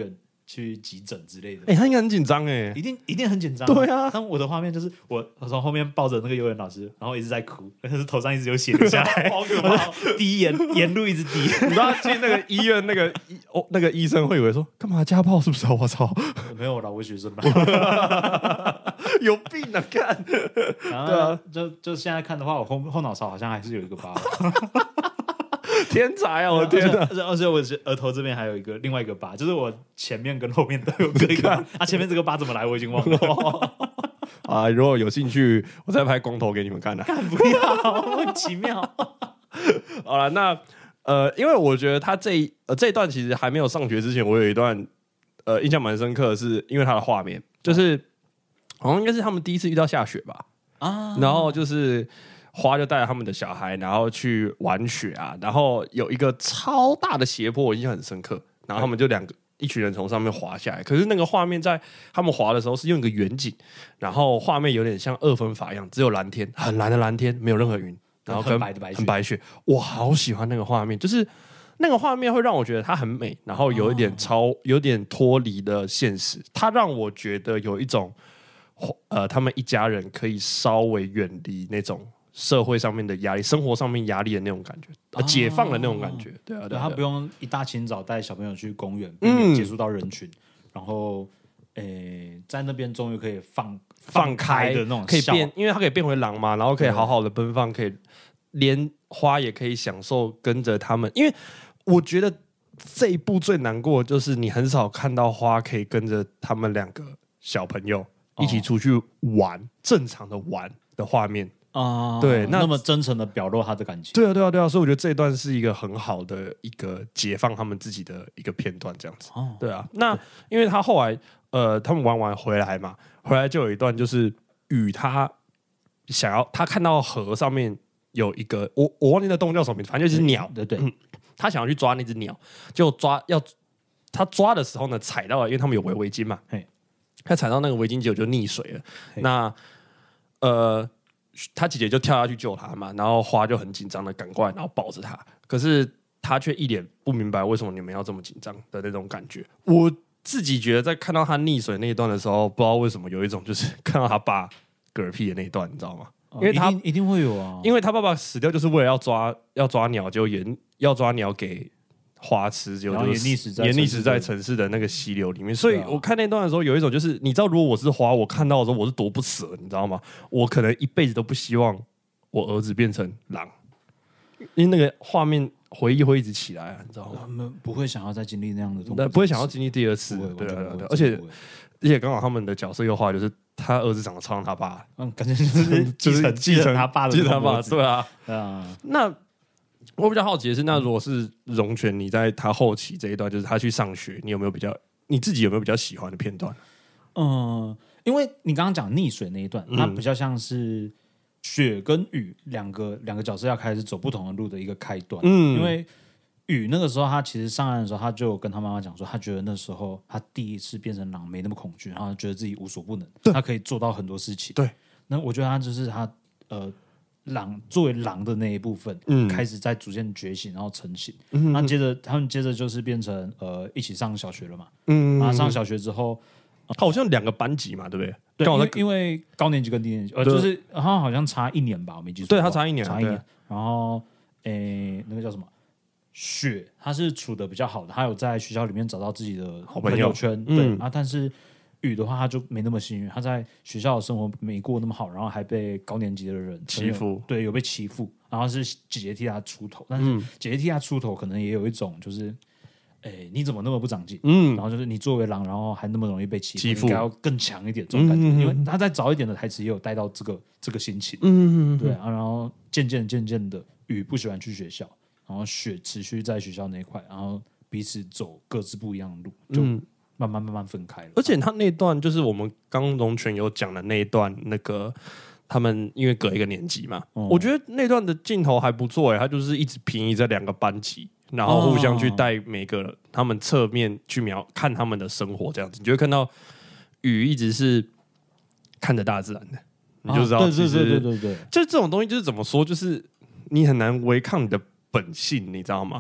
去急诊之类的。 他应该很紧张哎， 一定很紧张。 对啊， 但我的画面就是我从后面抱着那个幼儿园老师，然后一直在哭，但是头上一直有血流下来， 好可怕， 滴沿路一直滴。 你知道去那个医院那个医生会以为说干嘛家暴是不是？我操， 没有啦，我学生吧， 有病啊！看， 然后就现在看的话，我后脑勺好像还是有一个疤。 天才啊！我的天哪！ 而且我额头这边还有另外一个疤，就是我前面跟后面都有各一个疤。前面这个疤怎么来我已经忘了。 啊，如果有兴趣，我再拍光头给你们看啊。 看不要，很奇妙。 好了，那因为我觉得他这一段其实还没有上学之前，我有一段印象蛮深刻的是，因为他的画面就是好像应该是他们第一次遇到下雪吧啊，然后就是花就带着他们的小孩，然后去玩雪啊，然后有一个超大的斜坡，我印象很深刻，然后他们就一群人从上面滑下来，可是那个画面在他们滑的时候是用一个远景，然后画面有点像二分法一样，只有蓝天，很蓝的蓝天，没有任何云，然后跟很白雪，我好喜欢那个画面，就是那个画面会让我觉得它很美，然后有一点有点脱离了现实，它让我觉得有一种他们一家人可以稍微远离那种社会上面的压力、生活上面压力的那种感觉，解放的那种感觉。对啊， 他不用一大清早带小朋友去公园，避免接触到人群，然后在那边终于可以放开的那种， 可以变，因为他可以变回狼嘛，然后可以好好的奔放，可以连花也可以享受跟着他们。因为我觉得这一部最难过的就是你很少看到花可以跟着他们两个小朋友一起出去玩，正常的玩的画面。对， 那么真诚的表露他的感情。 对啊，所以我觉得这一段是一个很好的一个解放他们自己的一个片段，这样子。对啊，那因为他后来他们玩完回来嘛，回来就有一段就是雨他看到河上面有一个我忘记那动物叫什么名字，反正就是鸟， 对， 他想要去抓那只鸟，就他抓的时候呢，踩到了，因为他们有围巾嘛，他踩到那个围巾结果就溺水了。那他姐姐就跳下去救他嘛，然后花就很紧张的赶过来，然后抱着他，可是他却一脸不明白为什么你们要这么紧张的那种感觉。我自己觉得在看到他溺水那一段的时候，不知道为什么有一种就是看到他爸嗝屁的那一段，你知道吗？因为他一定会有啊， 因为他爸爸死掉就是为了要抓鸟，就要抓鸟给花吃，就也溺死在城市的那个溪流里面。所以我看那段的时候，有一种就是你知道，如果我是花，我看到的时候我是多不舍，你知道吗？我可能一辈子都不希望我儿子变成狼，因为那个画面回忆会一直起来啊，你知道吗？ 他们不会想要再经历那样的东西， 不会想要经历第二次。对，而且刚好他们的角色优化就是他儿子长得超像他爸， 感觉就是继承他爸的， 对啊。那我比较好奇的是，那如果是荣全，你在他后期这一段，就是他去上学，你自己有没有比较喜欢的片段？ 因为你刚刚讲溺水那一段，它比较像是雪跟雨两个角色要开始走不同的路的一个开端。因为雨那个时候他其实上岸的时候，他就跟他妈妈讲说，他觉得那时候他第一次变成狼没那么恐惧，然后觉得自己无所不能，他可以做到很多事情。 对， 那我觉得他就是他狼作为狼的那一部分，开始在逐渐觉醒，然后成型。那他们接着就是变成一起上小学了嘛。然后上小学之后， 他好像2个班级嘛，对不对？ 对，因为高年级跟低年级，就是他好像差1年吧，我没记错。 对，他差1年， 然后那个叫什么？雪，他是处的比较好的，他有在学校里面找到自己的好朋友圈。对啊，但是雨的话，他就没那么幸运，他在学校的生活没过那么好，然后还被高年级的人欺负。 对，有被欺负，然后是姐姐替他出头，但是姐姐替他出头，可能也有一种就是。你怎么那么不长进？然后就是你作为狼，然后还那么容易被欺负，应该要更强一点这种感觉。因为他在早一点的台词也有带到这个心情。对啊，然后渐渐的，雨不喜欢去学校，然后雪持续在学校那一块，然后彼此走各自不一样的路，就慢慢分开了。 而且他那段就是我们刚龙泉有讲的那一段，那个他们因为隔一个年级嘛，我觉得那段的镜头还不错他就是一直平移在2个班级。然后互相去带每个他们侧面去看他们的生活，这样子，你就会看到雨一直是看着大自然的，你就知道， 对， 就这种东西就是怎么说，就是你很难违抗你的本性，你知道吗？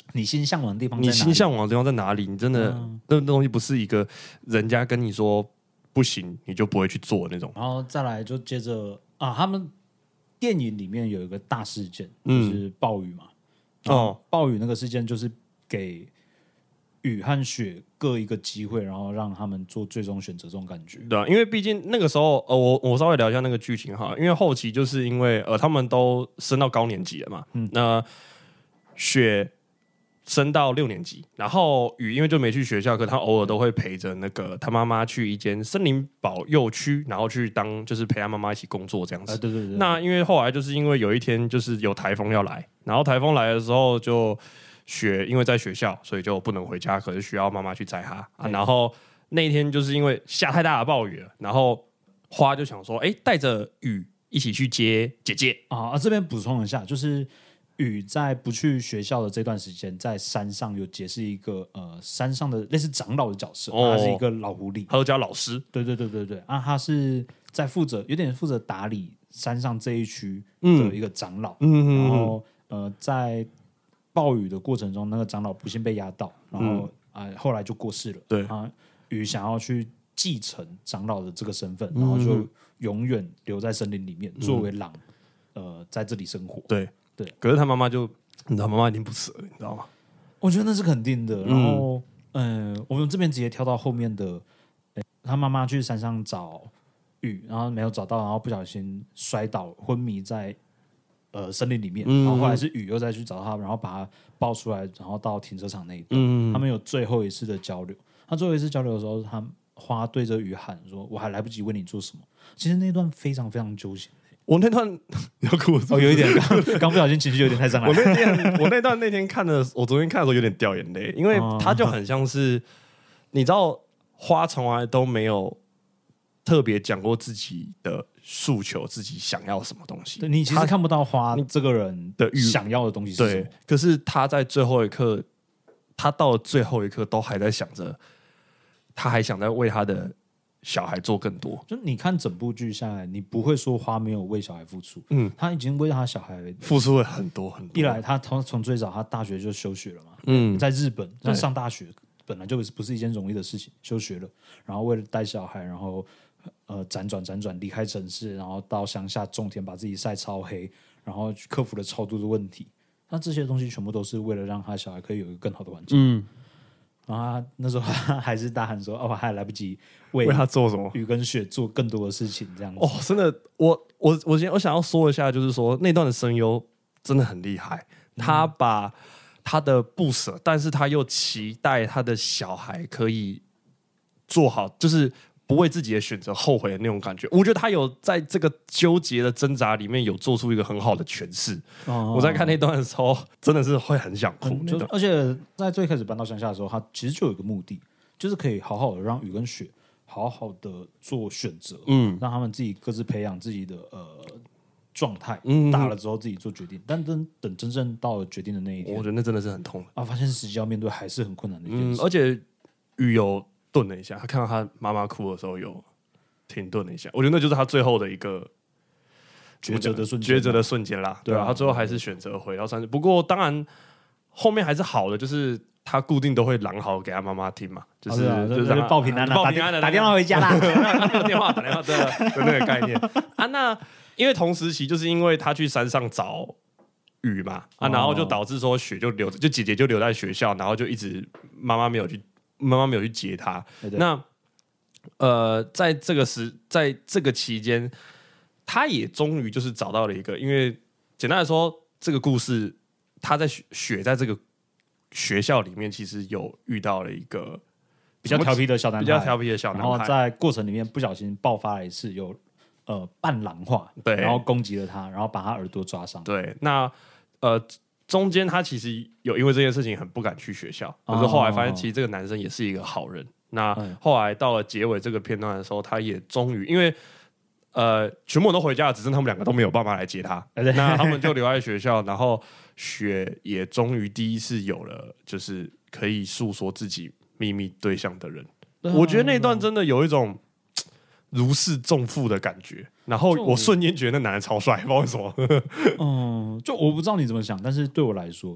你心向往的地方在哪里？ 你心向往的地方在哪里？你真的、那东西不是一个人家跟你说不行，你就不会去做那种。 然后再来就接着他们电影里面有一个大事件，就是暴雨嘛。暴雨那个事件就是给雨和雪各一个机会，然后让他们做最终选择，这种感觉。 对啊，因为毕竟那个时候，我稍微聊一下那个剧情哈，因为后期就是因为他们都升到高年级了嘛，那雪升到6年级，然后雨因为就没去学校，可他偶尔都会陪着那个他妈妈去一间森林保幼区，然后去就是陪他妈妈一起工作这样子。 对。 那因为后来就是因为有一天就是有台风要来，然后台风来的时候就雪因为在学校，所以就不能回家，可是需要妈妈去载他啊。然后那一天就是因为下太大的暴雨了，然后花就想说，带着雨一起去接姐姐这边补充一下，就是雨在不去学校的这段时间，在山上有结识一个山上的类似长老的角色，他是一个老狐狸， 他都叫老师。 对他是在有点负责打理山上这一区的一个长老，然后在暴雨的过程中，那个长老不幸被压到，然后后来就过世了。 对雨想要去继承长老的这个身份，然后就永远留在森林里面，作为狼，在这里生活。 对，可是他妈妈你知道妈妈已经不死了，你知道吗？ 我觉得那是肯定的。然后，我们这边直接跳到后面的，他妈妈去山上找雨，然后没有找到，然后不小心摔倒昏迷在森林里面。然后后来是雨又再去找他，然后把他抱出来，然后到停车场那一段，他们有最后一次的交流。他最后一次交流的时候，他花对着雨喊说：“我还来不及为你做什么。”其实那段非常非常揪心。 我那段要哭有一点，刚不小心情绪有点太上来。 我那天看的，我昨天看的时候有点掉眼泪，因为他就很像是，你知道，花从来都没有特别讲过自己的诉求，自己想要什么东西。 你其实看不到花这个人的想要的东西是什么。 对，可是他在最后一刻，他到了最后一刻都还在想着，他还想在为他的小孩做更多。 就你看整部剧下来，你不会说花没有为小孩付出，他已经为他小孩付出了很多很多。 一来他从最早他大学就休学了嘛，在日本上大学本来就不是一件容易的事情，休学了，然后为了带小孩，然后辗转离开城市，然后到乡下种田，把自己晒超黑，然后克服了超多的问题。那这些东西全部都是为了让他小孩可以有一个更好的环境。然后他那时候还是大喊说：“我还来不及为他做什么？ 雨跟雪做更多的事情。”这样子。 真的，我想要说一下，就是说那段的声优真的很厉害，他把他的不舍，但是他又期待他的小孩可以做好，就是不为自己的选择后悔的那种感觉。我觉得他有在这个纠结的挣扎里面有做出一个很好的诠释。我在看那段的时候，真的是会很想哭。 而且在最开始搬到乡下的时候，他其实就有一个目的，就是可以好好的让雨跟雪好好的做选择，让他们自己各自培养自己的状态，大了之后自己做决定。但等真正到了决定的那一天， 我觉得那真的是很痛发现实际要面对还是很困难的一件事。 而且雨有顿了一下，他看到他妈妈哭的时候有停顿了一下，我觉得那就是他最后的一个抉择的瞬间啦。对啊，他最后还是选择回到山。不过当然后面还是好的，就是他固定都会朗好给他妈妈听嘛，就是报平安了，打电话回家啦， 打电话的那个概念啊。那因为同时期就是因为他去山上找雨嘛然后就导致说雪就留，就姐姐就留在学校，然后就一直妈妈没有去接他。那在这个期间，他也终于就是找到了一个，因为简单来说，这个故事他在雪在这个学校里面，其实有遇到了一个比较调皮的小男孩，然后在过程里面不小心爆发了一次有半狼化， 对， 然后攻击了他，然后把他耳朵抓伤。 对，那中间他其实有因为这件事情很不敢去学校，可是后来发现其实这个男生也是一个好人。那后来到了结尾这个片段的时候，他也终于因为全部人都回家了，只剩他们两个都没有爸妈来接他，那他们就留在学校，然后雪也终于第一次有了就是可以诉说自己秘密对象的人。我觉得那段真的有一种如释重负的感觉，然后我瞬间觉得那男的超帅，不知道为什么。 就我不知道你怎么想，但是对我来说，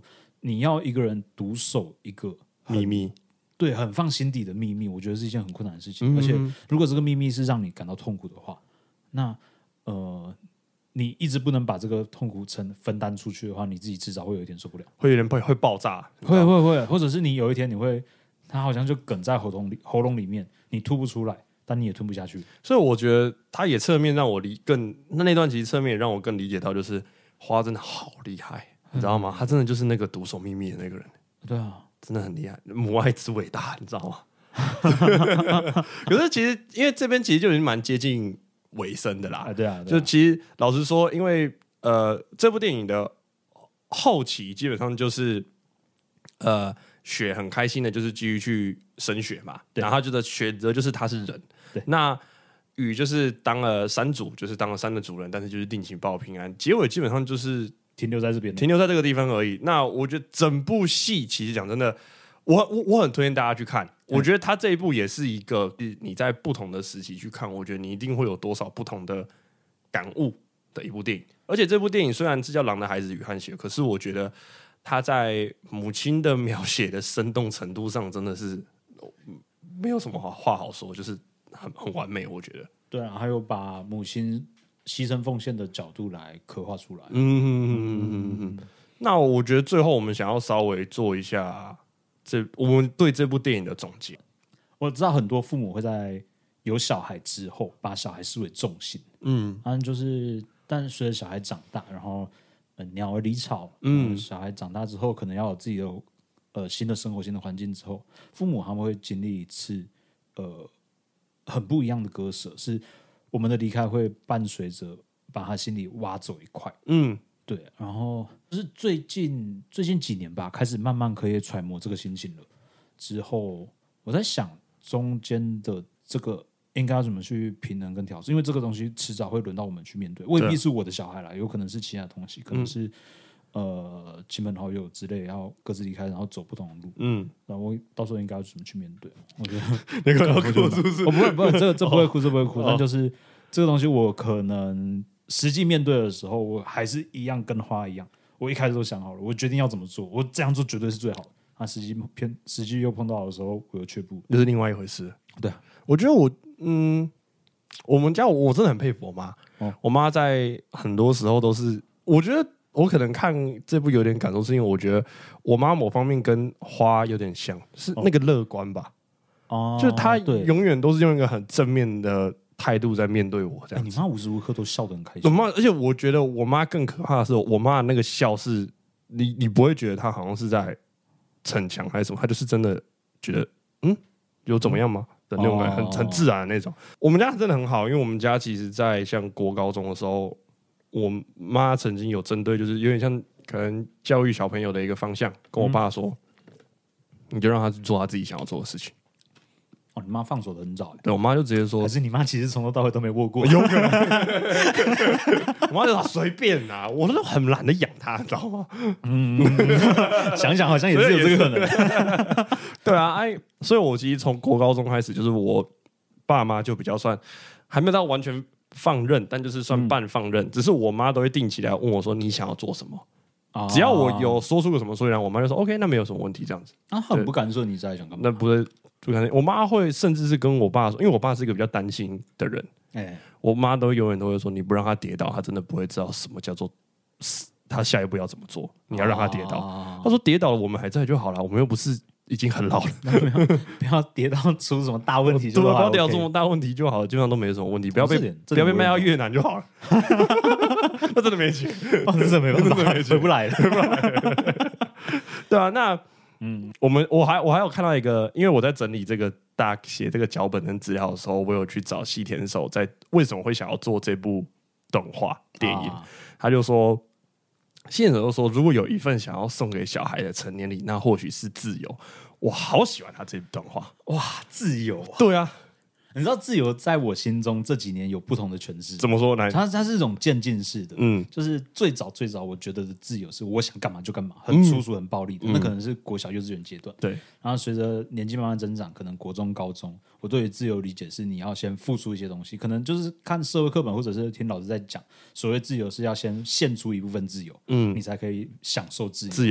你要一个人独守一个秘密， 对很放心底的秘密，我觉得是一件很困难的事情。而且如果这个秘密是让你感到痛苦的话，那你一直不能把这个痛苦分担出去的话，你自己迟早会有一点受不了， 会有点会爆炸， 会，或者是你有一天你会，它好像就梗在喉咙里面，你吐不出来，但你也吞不下去。 所以我觉得他也侧面让我那段其实侧面也让我更理解到，就是花真的好厉害，你知道吗？他真的就是那个独守秘密的那个人， 对啊， 真的很厉害，母爱之伟大，你知道吗？可是其实因为这边其实就已经蛮接近尾声的啦， 对啊， 就其实老实说，因为这部电影的后期基本上就是雪很开心的，就是继续去升学嘛，然后他觉得选择就是他是人，那雨就是当了山主，就是当了山的主人，但是就是定情报平安，结尾基本上就是停留在这边， 停留在这个地方而已。那我觉得整部戏其实讲真的，我很推荐大家去看。我觉得他这一部也是一个你在不同的时期去看，我觉得你一定会有多少不同的感悟的一部电影。而且这部电影虽然是叫《狼的孩子与汗血》，可是我觉得他在母亲的描写的生动程度上，真的是没有什么话好说，就是很完美。我觉得， 对啊，还有把母亲牺牲奉献的角度来刻画出来。 那我觉得最后我们想要稍微做一下我们对这部电影的总结。 我知道很多父母会在有小孩之后把小孩视为重心，但随着小孩长大，然后鸟儿离巢，小孩长大之后可能要有自己的新的生活、新的环境之后，父母他们会经历一次很不一样的割舍，是我们的离开会伴随着把他心里挖走一块。对，然后就是最近几年吧，开始慢慢可以揣摩这个心情了。之后我在想中间的这个应该要怎么去平衡跟调整，因为这个东西迟早会轮到我们去面对，未必是我的小孩啦，有可能是其他东西，可能是亲朋好友之类要各自离开，然后走不同的路。然后到时候应该要怎么去面对？我觉得那个要哭是不是？ 不会，这不会哭，这不会哭，但就是这个东西，我可能实际面对的时候，我还是一样跟花一样，我一开始都想好了，我决定要怎么做，我这样做绝对是最好的。实际又碰到的时候，我有却步， 那是另外一回事。 对啊， 我觉得我们家我真的很佩服我妈。我妈在很多时候都是，我觉得我可能看这部有点感受，是因为我觉得我妈某方面跟花有点像，是那个乐观吧。就是她永远都是用一个很正面的态度在面对我这样。 你妈无时无刻都笑得很开心。 而且我觉得我妈更可怕的是，我妈的那个笑是你不会觉得她好像是在逞强还是什么，她就是真的觉得有怎么样吗的那种感觉，很自然的那种。我们家真的很好，因为我们家其实在像国高中的时候，我妈曾经有针对，就是有点像可能教育小朋友的一个方向，跟我爸说，你就让他去做他自己想要做的事情。 你妈放手的很早。 对，我妈就直接说， 还是你妈其实从头到尾都没握过？ 有可能。我妈就说随便啊，我都很懒得养他，你知道吗？ 想想好像也是有这个可能。 对啊，所以我其实从国高中开始，就是我爸妈就比较算还没有到完全放任，但就是算半放任。只是我妈都会定期来问我说：“你想要做什么？”只要我有说出个什么所以然，我妈就说 “OK”， 那没有什么问题，这样子。 很不干涉你在想干嘛？ 那不是不干涉，我妈会甚至是跟我爸说，因为我爸是一个比较担心的人，我妈都永远都会说：“你不让他跌倒，他真的不会知道什么叫做他下一步要怎么做。你要让他跌倒。”他说：“跌倒了，我们还在就好了，我们又不是。”已经很老了， 不要跌到出什么大问题就好了。 不要跌到这么大问题就好了，基本上都没什么问题。不要被卖到越南就好了。那真的没钱， 真的没办法，回不来了。 对啊，那我还有看到一个，因为我在整理这个写这个脚本跟资料的时候，我有去找细田守在为什么会想要做这部动画电影，他就说。现在都说，如果有一份想要送给小孩的成年礼，那或许是自由。我好喜欢他这段话， 哇，自由！ 对啊， 你知道自由在我心中这几年有不同的诠释。 怎么说呢？ 它是一种渐进式的，就是最早我觉得的自由是我想干嘛就干嘛，很粗俗、很暴力的，那可能是国小、幼稚园阶段。 对， 然后随着年纪慢慢增长，可能国中、高中，我对于自由理解是你要先付出一些东西，可能就是看社会课本或者是听老师在讲，所谓自由是要先献出一部分自由，你才可以享受自由。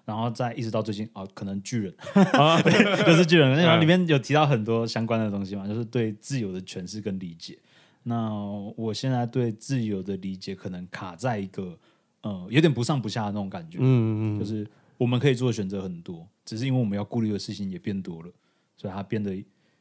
然后再一直到最近可能巨人就是巨人，然后里面有提到很多相关的东西嘛，就是对自由的诠释跟理解。那我现在对自由的理解可能卡在一个有点不上不下的那种感觉，就是我们可以做的选择很多，只是因为我们要顾虑的事情也变多了，所以它变得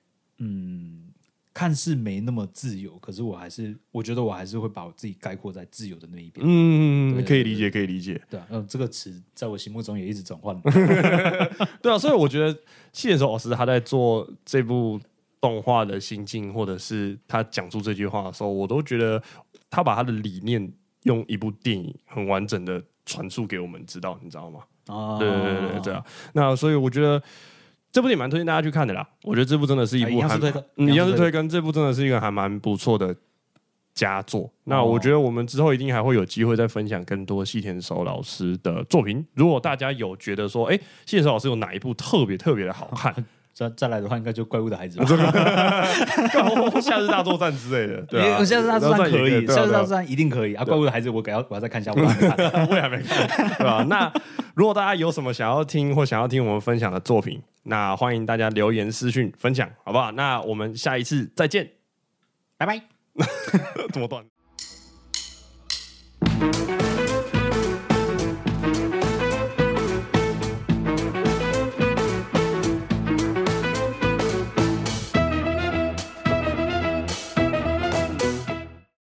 看似没那么自由，可是我觉得我还是会把我自己概括在自由的那一边。 可以理解，可以理解。 对啊，这个词在我心目中也一直转换。 对啊，所以我觉得谢手老师他在做这部动画的心境，或者是他讲出这句话的时候，我都觉得他把他的理念用一部电影很完整的传述给我们知道，你知道吗？对，这样。那所以我觉得这部电影蛮推荐大家去看的啦。我觉得这部真的是一部一样是推更，这部真的是一个还蛮不错的佳作。那我觉得我们之后一定还会有机会再分享更多细田守老师的作品。如果大家有觉得说，细田守老师有哪一部特别特别的好看， 再来的话，应该就怪物的孩子吧。 夏日大作战之类的，对啊，夏日大作战可以，夏日大作战一定可以啊。怪物的孩子，我要再看一下，我也还没看，对吧？那如果大家有什么想要听或想要听我们分享的作品，那欢迎大家留言私讯分享，好不好？那我们下一次再见， 拜拜。 这么短。